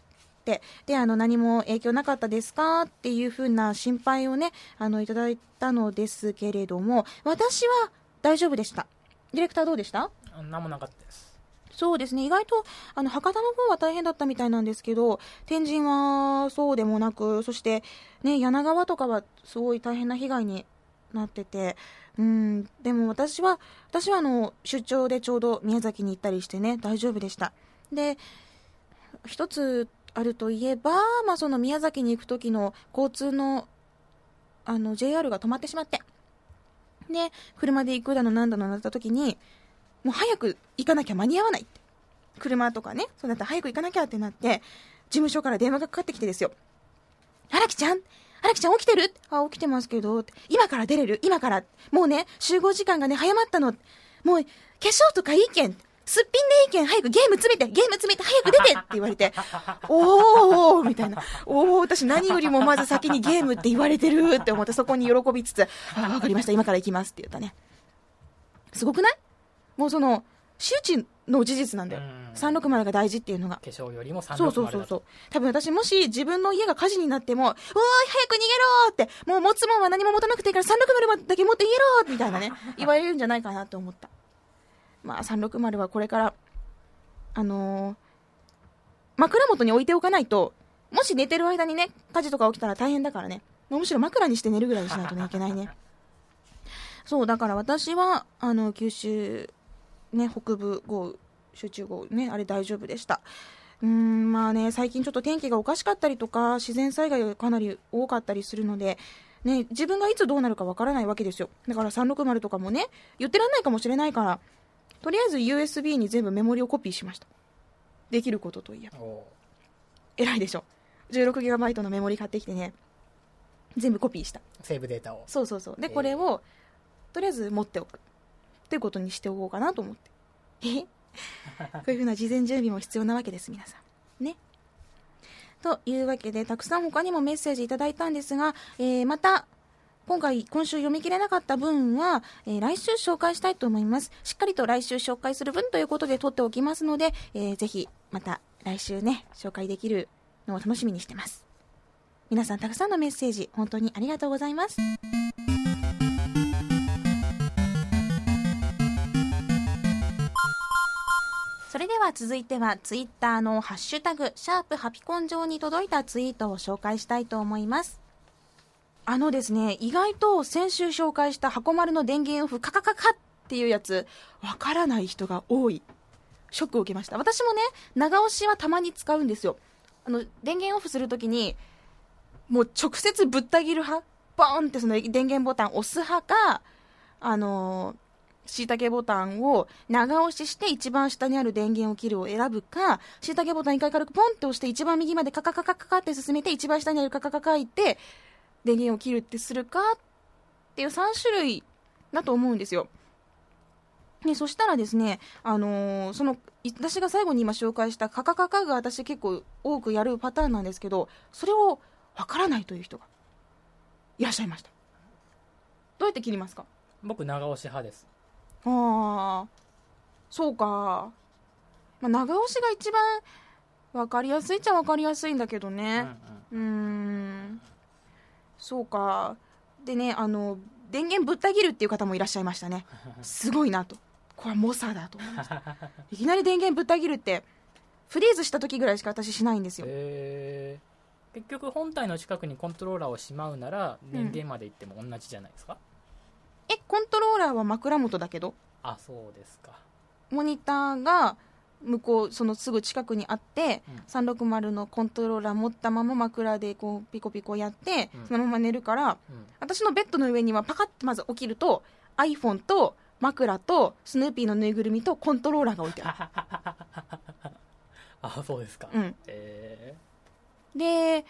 で、何も影響なかったですかっていうふうな心配をね、いただいたのですけれども、私は大丈夫でした。ディレクターどうでした？ なんもなかったです。 そうですね、意外と博多の方は大変だったみたいなんですけど、天神はそうでもなく、そして、ね、柳川とかはすごい大変な被害になってて、でも私は出張でちょうど宮崎に行ったりしてね、大丈夫でした。で、一つあるといえば、まあ、その宮崎に行く時の交通のJR が止まってしまって、で、車で行くだのなんだのなった時に、もう早く行かなきゃ間に合わないって。車とかね、そうだったら早く行かなきゃってなって、事務所から電話がかかってきてですよ。荒木ちゃん起きてる？あ、起きてますけど、今から出れる？今から。もうね、集合時間がね、早まったの。もう、化粧とかいいけん。すっぴんでいいけん。早くゲーム詰めて、早く出てって言われて、おーみたいな。私何よりもまず先にゲームって言われてるって思って、そこに喜びつつ、わかりました、今から行きますって言ったね。すごくない？もうその周知の事実なんだよ。360が大事っていうのが。 化粧よりも360だと。 そう。多分私もし自分の家が火事になっても、おーい早く逃げろーって、もう持つもんは何も持たなくていいから360だけ持って逃げろーみたいなね、言われるんじゃないかなと思った。まあ360はこれから枕元に置いておかないと、もし寝てる間にね、火事とか起きたら大変だからね。むしろ枕にして寝るぐらいにしないとねいけないね。そうだから私は九州ね、北部豪雨、集中豪雨ね、あれ大丈夫でした。まあね、最近ちょっと天気がおかしかったりとか、自然災害がかなり多かったりするので、ね、自分がいつどうなるかわからないわけですよ。だから360とかもね、言ってらんないかもしれないから、とりあえず USB に全部メモリをコピーしました。できることといえば。偉いでしょ。16GB のメモリ買ってきてね、全部コピーした。 セーブデータを。 そう。で、これを、とりあえず持っておく。っていうことにしておこうかなと思って。こういうふうな事前準備も必要なわけです、皆さん。ね。というわけで、たくさん他にもメッセージいただいたんですが、また、今週読み切れなかった分は、来週紹介したいと思います。しっかりと来週紹介する分ということで取っておきますので、ぜひ、また来週ね、紹介できるのを楽しみにしてます。皆さんたくさんのメッセージ、本当にありがとうございます。それでは続いてはツイッターのハッシュタグ#ハピコン上に届いたツイートを紹介したいと思います。ですね、意外と先週紹介した箱丸の電源オフカカカカっていうやつわからない人が多い。ショックを受けました。私もね、長押しはたまに使うんですよ。電源オフするときにもう直接ぶった切る派、ボーンってその電源ボタン押す派か、椎茸ボタンを長押しして一番下にある電源を切るを選ぶか、椎茸ボタン一回軽くポンって押して一番右までカカカカカカって進めて一番下にあるカカカカいって電源を切るってするかっていう3種類だと思うんですよ。 でそしたらですね、私が最後に今紹介したカカカカが私結構多くやるパターンなんですけど、それをわからないという人がいらっしゃいました。どうやって切りますか？ 僕長押し派です。 ああ、そうか。まあ、長押しが一番わかりやすいっちゃわかりやすいんだけどね。そうか。でね、電源ぶった切るっていう方もいらっしゃいましたね。すごいなと。これは猛者だと思いました。いきなり電源ぶった切るってフリーズした時ぐらいしか私しないんですよ。 結局本体の近くにコントローラーをしまうなら電源まで行っても同じじゃないですか？ コントローラーは枕元だけど。 あ、そうですか。 モニターが向こうそのすぐ近くにあって、360のコントローラー持ったまま枕でこうピコピコやって、そのまま寝るから、私のベッドの上にはパカッとまず起きると iPhone と枕とスヌーピーのぬいぐるみとコントローラーが置いてある。 あ、そうですか。 で、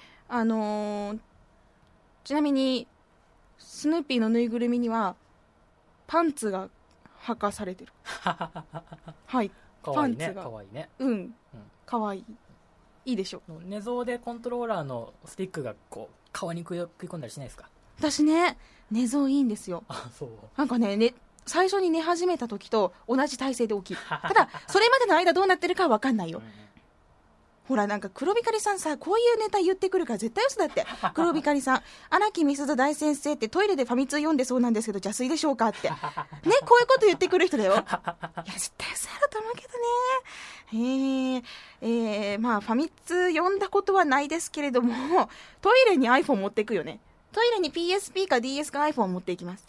ちなみにスヌーピーのぬいぐるみにはパンツが履かされてる。はい。 かわいいね。かわいいね。 かわいい。いいでしょ。 寝相でコントローラーのスティックがこう顔に食い込んだりしないですか？ 私ね、寝相いいんですよ。 あ、そう。 なんかね、最初に寝始めた時と同じ体勢で起きる。ただそれまでの間どうなってるかは分かんないよ。ほらなんか黒光さんさ、こういうネタ言ってくるから絶対嘘だって。黒光さん、荒木美鈴大先生ってトイレでファミ通読んでそうなんですけど邪推でしょうかってね、こういうこと言ってくる人だよ。いや絶対嘘だと思うけどね。まあファミ通読んだことはないですけれども、トイレに iPhone 持っていくよね。トイレに PSP か DS か iPhone 持っていきます。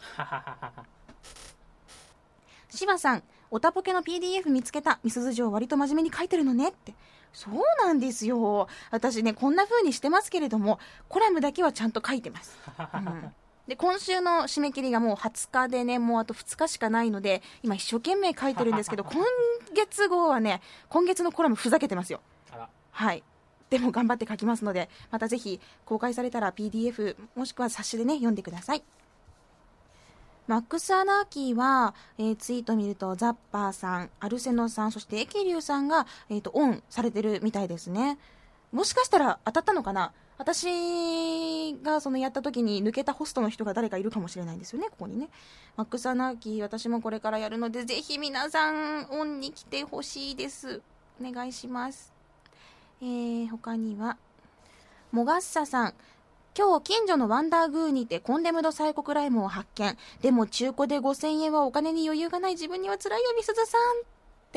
柴さん、おたぽけの PDF 見つけた。みすゞ城割と真面目に書いてるのねって。そうなんですよ。私ね、こんな風にしてますけれども、コラムだけはちゃんと書いてます。で、今週の締め切りがもう20日でね、もうあと2日しかないので、今一生懸命書いてるんですけど、今月号はね、今月のコラムふざけてますよ。はい。でも頑張って書きますので、またぜひ公開されたら PDF もしくは冊子でね、読んでください。マックス・アナーキーは、ツイート見るとザッパーさん、アルセノさん、そしてエキリュウさんが、オンされてるみたいですね。もしかしたら当たったのかな。私がそのやった時に抜けたホストの人が誰かいるかもしれないんですよね、ここにね。マックス・アナーキー、私もこれからやるのでぜひ皆さんオンに来てほしいです。お願いします。他にはモガッサさん、今日近所のワンダーグーにてコンデムドサイコクライムを発見。でも中古で5000円はお金に余裕がない自分には辛いよみすずさんって。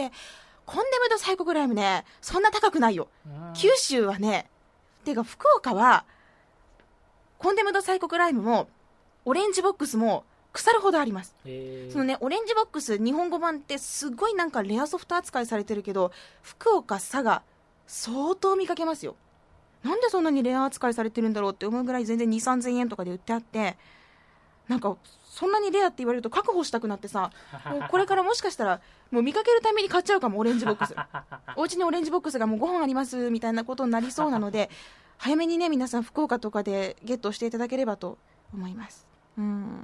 コンデムドサイコクライムね、そんな高くないよ。九州はね、てか福岡はコンデムドサイコクライムもオレンジボックスも腐るほどあります。そのね、オレンジボックス日本語版ってすごいなんかレアソフト扱いされてるけど、福岡佐賀相当見かけますよ。なんでそんなにレア扱いされてるんだろうって思うぐらい全然 2,3000 円とかで売ってあって、なんかそんなにレアって言われると確保したくなってさ、もうこれからもしかしたらもう見かけるために買っちゃうかも。オレンジボックスお家にオレンジボックスがもう5本ありますみたいなことになりそうなので、早めにね皆さん福岡とかでゲットしていただければと思います。フ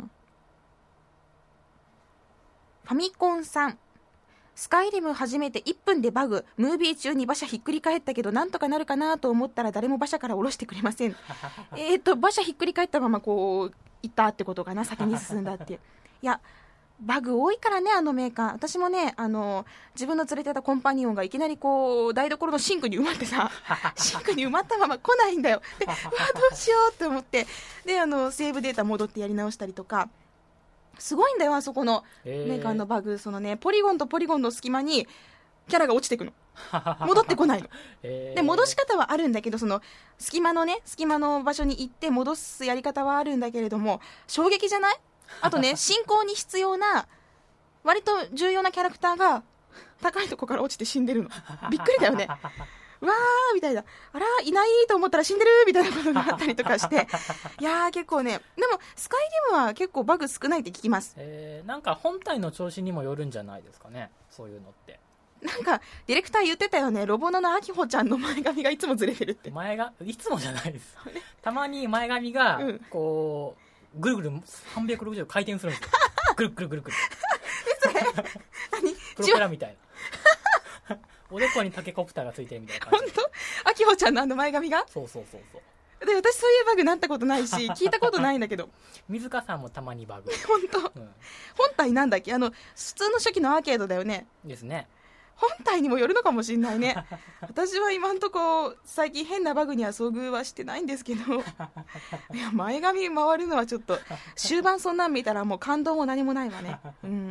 ァミコンさん、スカイリム初めて1分でバグ、ムービー中に馬車ひっくり返ったけどなんとかなるかなと思ったら誰も馬車から降ろしてくれません。馬車ひっくり返ったままこう行ったってことかな、先に進んだっていう。いやバグ多いからね、あのメーカー。私もね、自分の連れてたコンパニオンがいきなりこう台所のシンクに埋まってさシンクに埋まったまま来ないんだよ。で、どうしようって思って、でセーブデータ戻ってやり直したりとか、すごいんだよ、あそこのメーカーのバグ。そのね、ポリゴンとポリゴンの隙間にキャラが落ちていくの。戻ってこないの。で、戻し方はあるんだけど、その隙間の場所に行って戻すやり方はあるんだけれども、衝撃じゃない？あとね、進行に必要な割と重要なキャラクターが高いとこから落ちて死んでるの。びっくりだよね。わーみたいな、あらいないと思ったら死んでるみたいなことがあったりとかしていやー結構ね、でもスカイリムは結構バグ少ないって聞きます。 なんか本体の調子にもよるんじゃないですかね、そういうのって。 なんかディレクター言ってたよね、ロボナのあきほちゃんの前髪がいつもずれてるって。 いつもじゃないですたまに前髪がこう、ぐるぐる360度回転するんですよぐるぐるぐるぐるそれプロペラみたいなおでこにタケコプターがついてるみたいな感じ。 本当？あきほちゃんの前髪が？ そうそうそうそう。 で、私そういうバグなったことないし、聞いたことないんだけど。 水香さんもたまにバグ。 本当、 うん、 本体なんだっけ？普通の初期のアーケードだよね。 ですね。 本体にもよるのかもしれないね。私は今んとこ最近変なバグには遭遇はしてないんですけどいや前髪回るのはちょっと終盤そんなん見たらもう感動も何もないわね。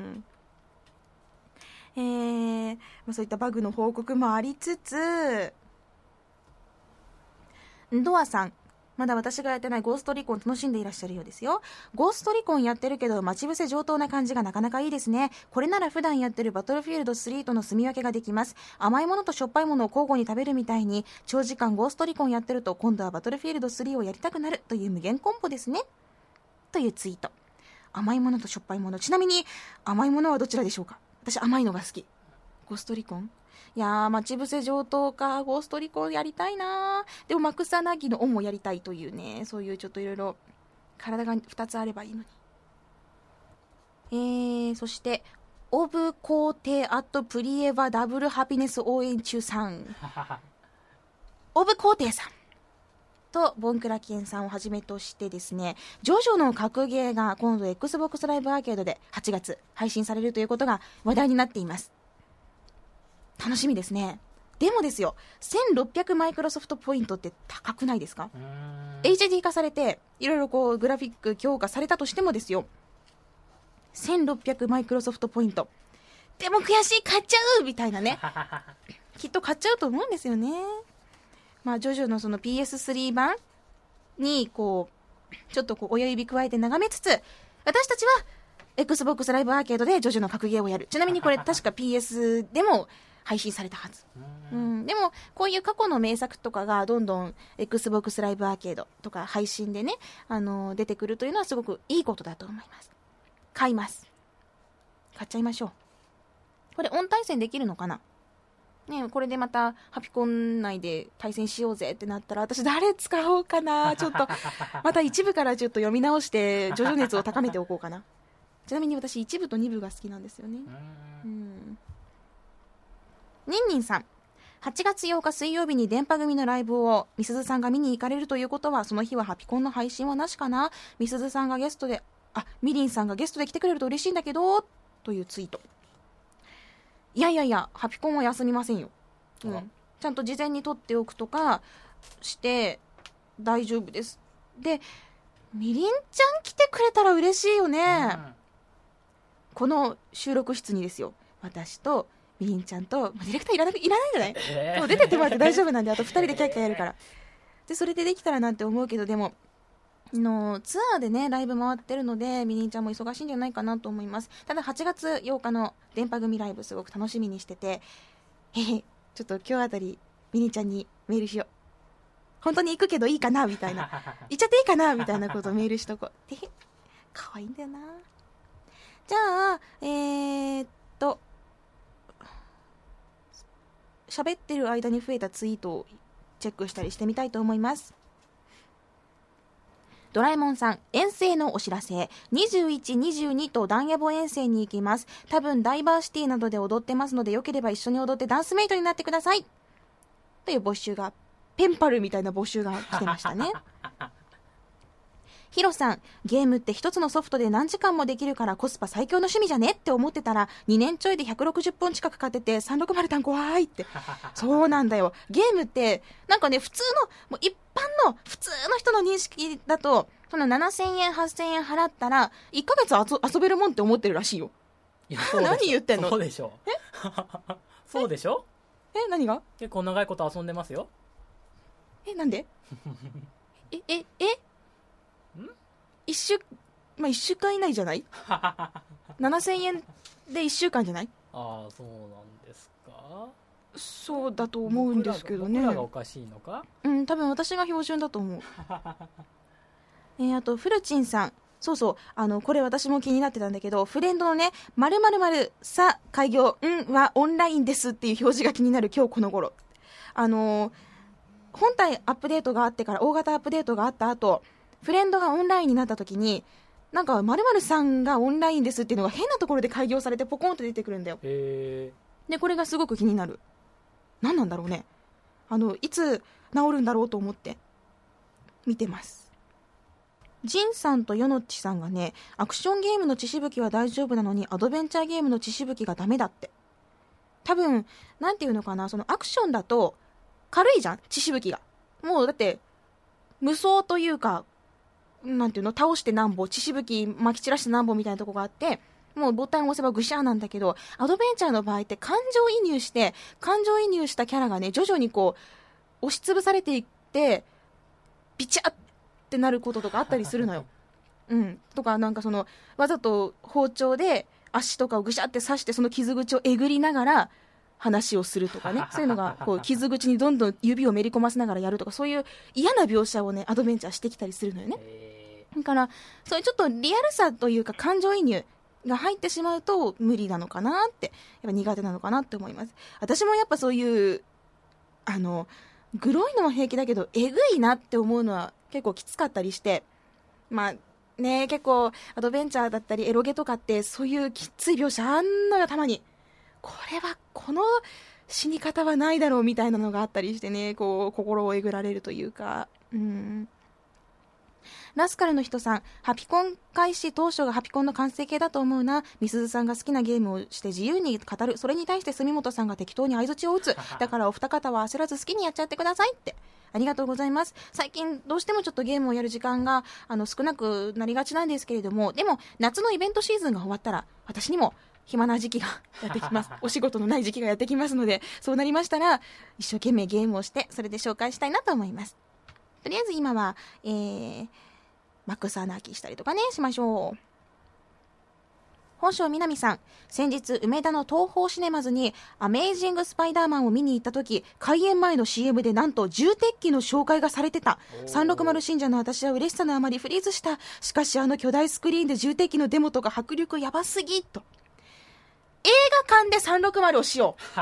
そういったバグの報告もありつつ、ドアさん、まだ私がやってないゴーストリコン楽しんでいらっしゃるようですよ。ゴーストリコンやってるけど待ち伏せ上等な感じがなかなかいいですね。これなら普段やってるバトルフィールド3との住み分けができます。甘いものとしょっぱいものを交互に食べるみたいに長時間ゴーストリコンやってると今度はバトルフィールド3をやりたくなるという無限コンボですね、というツイート。甘いものとしょっぱいもの、ちなみに甘いものはどちらでしょうか？私甘いのが好き。ゴーストリコン、いやー、待ち伏せ上等か。ゴーストリコンやりたいな。でもマクサナギの恩もやりたいというね、そういうちょっといろいろ体が2つあればいいのに。そしてオブ皇帝アットプリエヴァダブルハピネス応援中さんオブ皇帝さんとボンクラキエンさんをはじめとしてですね、ジョジョの格ゲーが今度 Xbox ライブアーケードで8月配信されるということが話題になっています。楽しみですね。でもですよ、1600マイクロソフトポイントって高くないですか？ HD 化されていろいろこうグラフィック強化されたとしてもですよ、1600マイクロソフトポイントでも悔しい、買っちゃうみたいなねきっと買っちゃうと思うんですよね。まあジョジョのその PS3 版にこうちょっとこう親指加えて眺めつつ、私たちは Xbox ライブアーケードでジョジョの格ゲーをやる。ちなみにこれ確か PS でも配信されたはず。でもこういう過去の名作とかがどんどん Xbox ライブアーケードとか配信でね、出てくるというのはすごくいいことだと思います。買います。買っちゃいましょう。これオン対戦できるのかなね。これでまたハピコン内で対戦しようぜってなったら、私誰使おうかな。ちょっとまた一部からちょっと読み直してジョジョ熱を高めておこうかな。ちなみに私一部と二部が好きなんですよね。ニンニンさん、8月8日水曜日に電波組のライブをみすずさんが見に行かれるということは、その日はハピコンの配信はなしかな。みすずさんがゲストで、みりんさんがゲストで来てくれると嬉しいんだけど、というツイート。いやいやいや、ハピコンは休みませんよ。ちゃんと事前に撮っておくとかして大丈夫です。で、みりんちゃん来てくれたら嬉しいよね。この収録室にですよ、私とみりんちゃんと、ディレクターいらないんじゃない？もう出てってもらって大丈夫なんで、あと2人でキャッキャやるから。で、それでできたらなって思うけど、でも、ツアーでね、ライブ回ってるので、みりんちゃんも忙しいんじゃないかなと思います。ただ、8月8日の電波組ライブ、すごく楽しみにしてて、ちょっと今日あたり、みりんちゃんにメールしよう。本当に行くけどいいかなみたいな。行っちゃっていいかなみたいなことをメールしとこう。かわいいんだよな。じゃあ、喋ってる間に増えたツイートをチェックしたりしてみたいと思います。ドラえもんさん、遠征のお知らせ。21、22とダンヤボ遠征に行きます。多分ダイバーシティなどで踊ってますので、よければ一緒に踊ってダンスメイトになってください。という募集が、ペンパルみたいな募集が来てましたね。ヒロさん、ゲームって一つのソフトで何時間もできるからコスパ最強の趣味じゃねって思ってたら、2年ちょいで160本近く買ってて360単怖いって。そうなんだよ。ゲームってなんかね、普通のもう一般の普通の人の認識だと、その7000円8000円払ったら1ヶ月遊べるもんって思ってるらしいよ。 いや、 何言ってんの？ そうでしょ。そうでしょ？ 何が？ 結構長いこと遊んでますよ。 なんで？1週間以内じゃない？ 7000 円で1週間じゃない？ ああ、そうなんですか？ そうだと思うんですけどね。 僕らがおかしいのか？ 多分私が標準だと思う。あとフルチンさん、そうそう、これ私も気になってたんだけど、フレンドのね、〇〇〇さ開業はオンラインですっていう表示が気になる今日この頃。本体アップデートがあってから、大型アップデートがあった後、フレンドがオンラインになった時に、 なんか〇〇さんがオンラインですっていうのが変なところで開業されてポコンと出てくるんだよ。でこれがすごく気になる。何なんだろうね。いつ治るんだろうと思って見てます。ジンさんとヨノッチさんがね、アクションゲームの血しぶきは大丈夫なのにアドベンチャーゲームの血しぶきがダメだって。多分なんていうのかな、そのアクションだと軽いじゃん、血しぶきが。もうだって無双というか、なんていうの、倒してなんぼ、血しぶき撒き散らしてなんぼみたいなとこがあって、もうボタンを押せばぐしゃーなんだけど、アドベンチャーの場合って感情移入したキャラがね、徐々にこう押しつぶされていってビチャってなることとかあったりするのよ。とか、なんかそのわざと包丁で足とかをぐしゃって刺して、その傷口をえぐりながら話をするとかね、そういうのがこう傷口にどんどん指をめり込ませながらやるとか、そういう嫌な描写をね、アドベンチャーしてきたりするのよね。だからそういうちょっとリアルさというか感情移入が入ってしまうと無理なのかなって、やっぱ苦手なのかなって思います。私もやっぱそういうグロいのは平気だけどえぐいなって思うのは結構きつかったりして、まあね、結構アドベンチャーだったりエロゲとかってそういうきつい描写あんのよ、たまに。これはこの死に方はないだろうみたいなのがあったりしてね、こう心をえぐられるというか。ラスカルの人さん、ハピコン開始当初がハピコンの完成形だと思うな。みすずさんが好きなゲームをして自由に語る。それに対して住本さんが適当に相槌を打つ。だからお二方は焦らず好きにやっちゃってくださいって。ありがとうございます。最近どうしてもちょっとゲームをやる時間が少なくなりがちなんですけれども、でも夏のイベントシーズンが終わったら私にも暇な時期がやってきます。お仕事のない時期がやってきますので、そうなりましたら一生懸命ゲームをしてそれで紹介したいなと思います。とりあえず今はマックスアナーキーしたりとかね、しましょう。本庄みなみさん、先日梅田の東宝シネマズにアメイジングスパイダーマンを見に行った時、開演前の CM でなんと重鉄器の紹介がされてた。360信者の私は嬉しさのあまりフリーズした。しかし巨大スクリーンで重鉄器のデモとか迫力やばすぎと。映画館で360をしよう。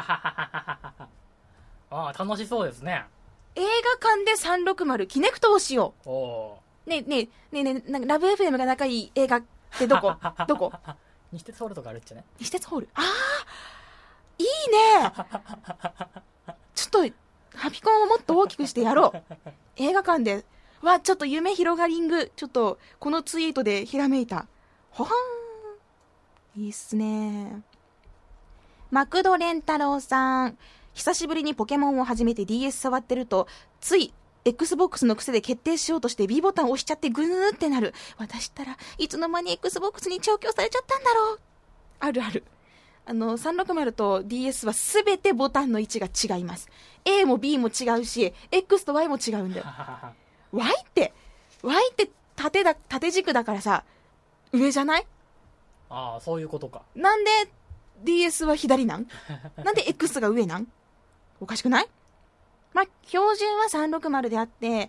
楽しそうですね。 映画館で360キネクトをしよう。ねなんかラブ FM が仲いい映画ってどこ西鉄ホールとかあるっちゃね。 西鉄ホール、いいね。ちょっとハピコンをもっと大きくしてやろう。映画館でちょっと夢広がりんぐ、ちょっとこのツイートでひらめいた。ほはーん、いいっすね。マクドレンタロウさん、久しぶりにポケモンを始めて DS 触ってるとついXbox の癖で決定しようとして B ボタンを押しちゃってグーってなる。私ったらいつの間に Xbox に調教されちゃったんだろう。あるある。360と DS はすべてボタンの位置が違います。A も B も違うし X と Y も違うんだよ。Y って縦軸だからさ、上じゃない？ そういうことか。 なんで DS は左なん？なんで X が上なん？おかしくない？標準は360であって、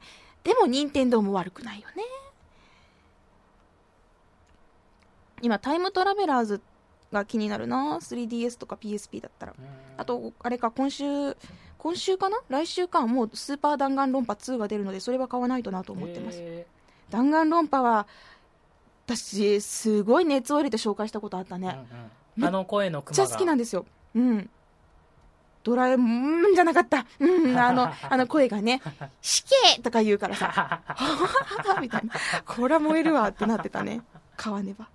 でも任天堂も悪くないよね。今タイムトラベラーズが気になるな。 3DS とか PSP だったら。あとあれか、今週かな、来週か、もうスーパー弾丸論破2が出るので、それは買わないとなと思ってます。弾丸論破は私すごい熱を入れて紹介したことあったね。 声のクマがめっちゃ好きなんですよ。ドラえもんじゃなかった。声がね、死刑とか言うからさ、はははみたいな。こら燃えるわってなってたね。買わねば。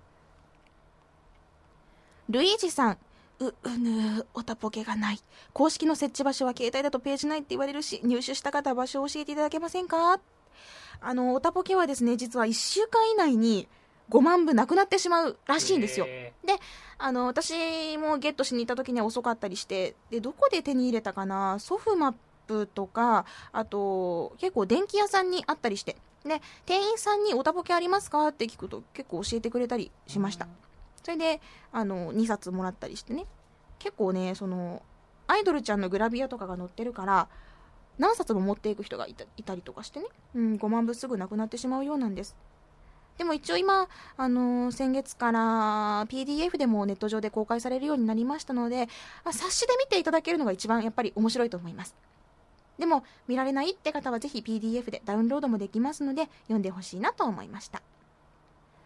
ルイージさん、オタポケがない。公式の設置場所は携帯だとページないって言われるし、入手した方は場所を教えていただけませんか？オタポケはですね、実は1週間以内に5万部なくなってしまうらしいんですよ。で、私もゲットしに行った時には遅かったりして、で、どこで手に入れたかな、ソフマップとか、あと、結構電気屋さんにあったりして、で、店員さんにオタポケありますかって聞くと結構教えてくれたりしました。それで、2冊もらったりしてね。結構ね、アイドルちゃんのグラビアとかが載ってるから、何冊も持っていく人がいたりとかしてね。5万部すぐなくなってしまうようなんです。でも一応今、先月から PDF でもネット上で公開されるようになりましたので、冊子で見ていただけるのが一番やっぱり面白いと思います。でも見られないって方はぜひ PDF でダウンロードもできますので読んでほしいなと思いました。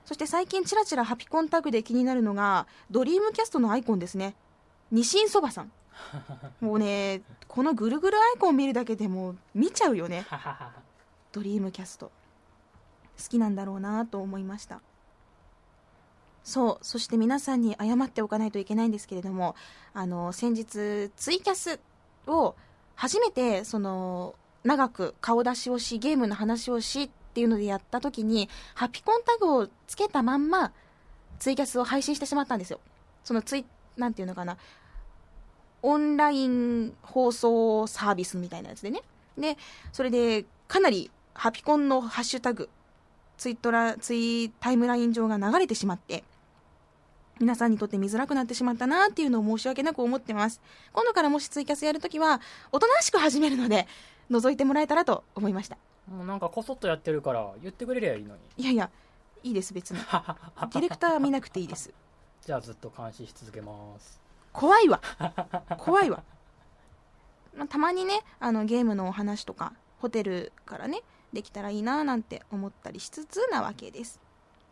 そして最近チラチラハピコンタグで気になるのがドリームキャストのアイコンですね。ニシンそばさんもうね、このぐるぐるアイコンを見るだけでもう見ちゃうよね。ドリームキャスト好きなんだろうなと思いました。そして皆さんに謝っておかないといけないんですけれども、先日ツイキャスを初めて長く顔出しをしゲームの話をしっていうのでやった時にハピコンタグをつけたまんまツイキャスを配信してしまったんですよ。なんていうのかな、オンライン放送サービスみたいなやつでね。でそれでかなりハピコンのハッシュタグツイタイムライン上が流れてしまって、皆さんにとって見づらくなってしまったなっていうのを申し訳なく思ってます。今度からもしツイキャスやるときはおとなしく始めるので覗いてもらえたらと思いました。 もうなんかこそっとやってるから言ってくれりゃいいのに。 いやいいです、別にディレクターは見なくていいです。 じゃあずっと監視し続けます。 怖いわたまにねゲームのお話とかホテルからねできたらいいななんて思ったりしつつなわけです。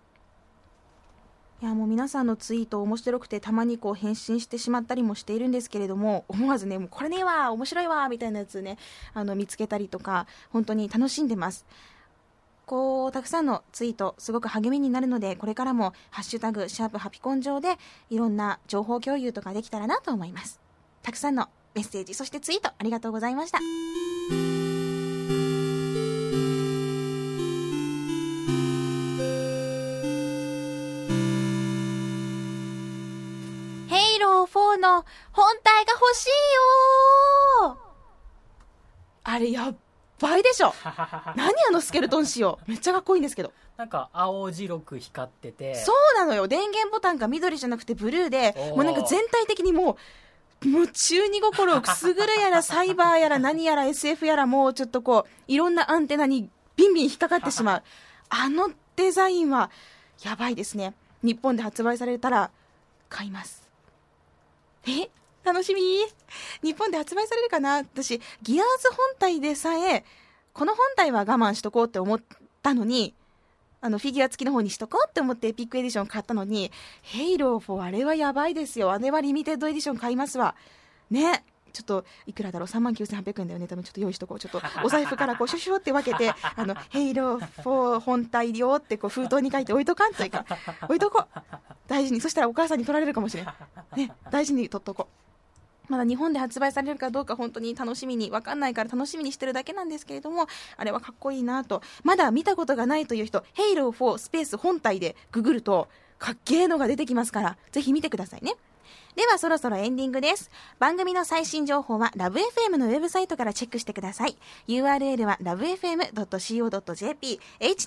いやもう皆さんのツイート面白くてたまに返信してしまったりもしているんですけれども、思わずねもうこれねえわ面白いわみたいなやつね見つけたりとか本当に楽しんでます。たくさんのツイートすごく励みになるので、これからもハッシュタグ#ハピコン上でいろんな情報共有とかできたらなと思います。たくさんのメッセージそしてツイートありがとうございました。ヘイロー4の本体が欲しいよ。あれやっばいでしょ何スケルトン仕様めっちゃかっこいいんですけど、 なんか青白く光ってて、 そうなのよ。電源ボタンが緑じゃなくてブルーで、もうなんか全体的にもう中二心をくすぐるやらサイバーやら何やら SF やら、もうちょっといろんなアンテナにビンビン引っかかってしまうデザインはやばいですね。日本で発売されたら買います。楽しみ。日本で発売されるかな。私ギアーズ本体でさえこの本体は我慢しとこうって思ったのに、フィギュア付きの方にしとこうって思ってエピックエディション買ったのに、ヘイロー4あれはやばいですよ。あれはリミテッドエディション買いますわね。ちょっといくらだろう、39,800円だよね。多分ちょっと用意しとこう。ちょっとお財布からシュシュって分けてヘイロー4本体よって封筒に書いて置いとかんといかん。置いとこう、大事に。そしたらお母さんに取られるかもしれんね。大事に取っとこう。まだ日本で発売されるかどうか本当に楽しみに、分かんないから楽しみにしてるだけなんですけれども、あれはかっこいいなと。まだ見たことがないという人、ヘイロー4スペース本体でググるとかっけーのが出てきますから、ぜひ見てくださいね。ではそろそろエンディングです。番組の最新情報はラブ FM のウェブサイトからチェックしてください。 URL は lovefm.co.jp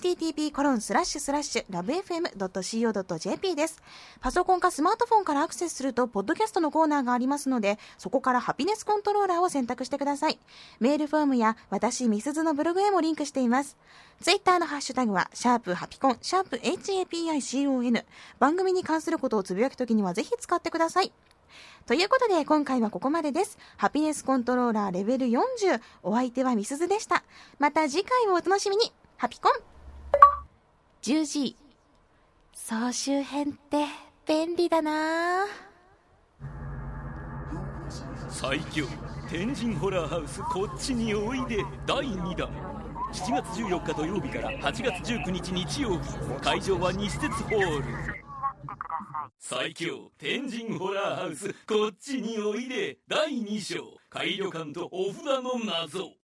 http://lovefm.co.jp です。パソコンかスマートフォンからアクセスするとポッドキャストのコーナーがありますので、そこからハピネスコントローラーを選択してください。メールフォームや私みすずのブログへもリンクしています。ツイッターのハッシュタグは#ハピコン#HAPICON。番組に関することをつぶやくときにはぜひ使ってください。ということで今回はここまでです。ハピネスコントローラーレベル40、お相手はみすずでした。また次回をお楽しみに。ハピコン 10G 総集編って便利だな。 最強天神ホラーハウスこっちにおいで第2弾、7月14日土曜日から8月19日日曜日、会場は西鉄ホール。最強天神ホラーハウスこっちにおいで第2章、怪旅館とお札の謎。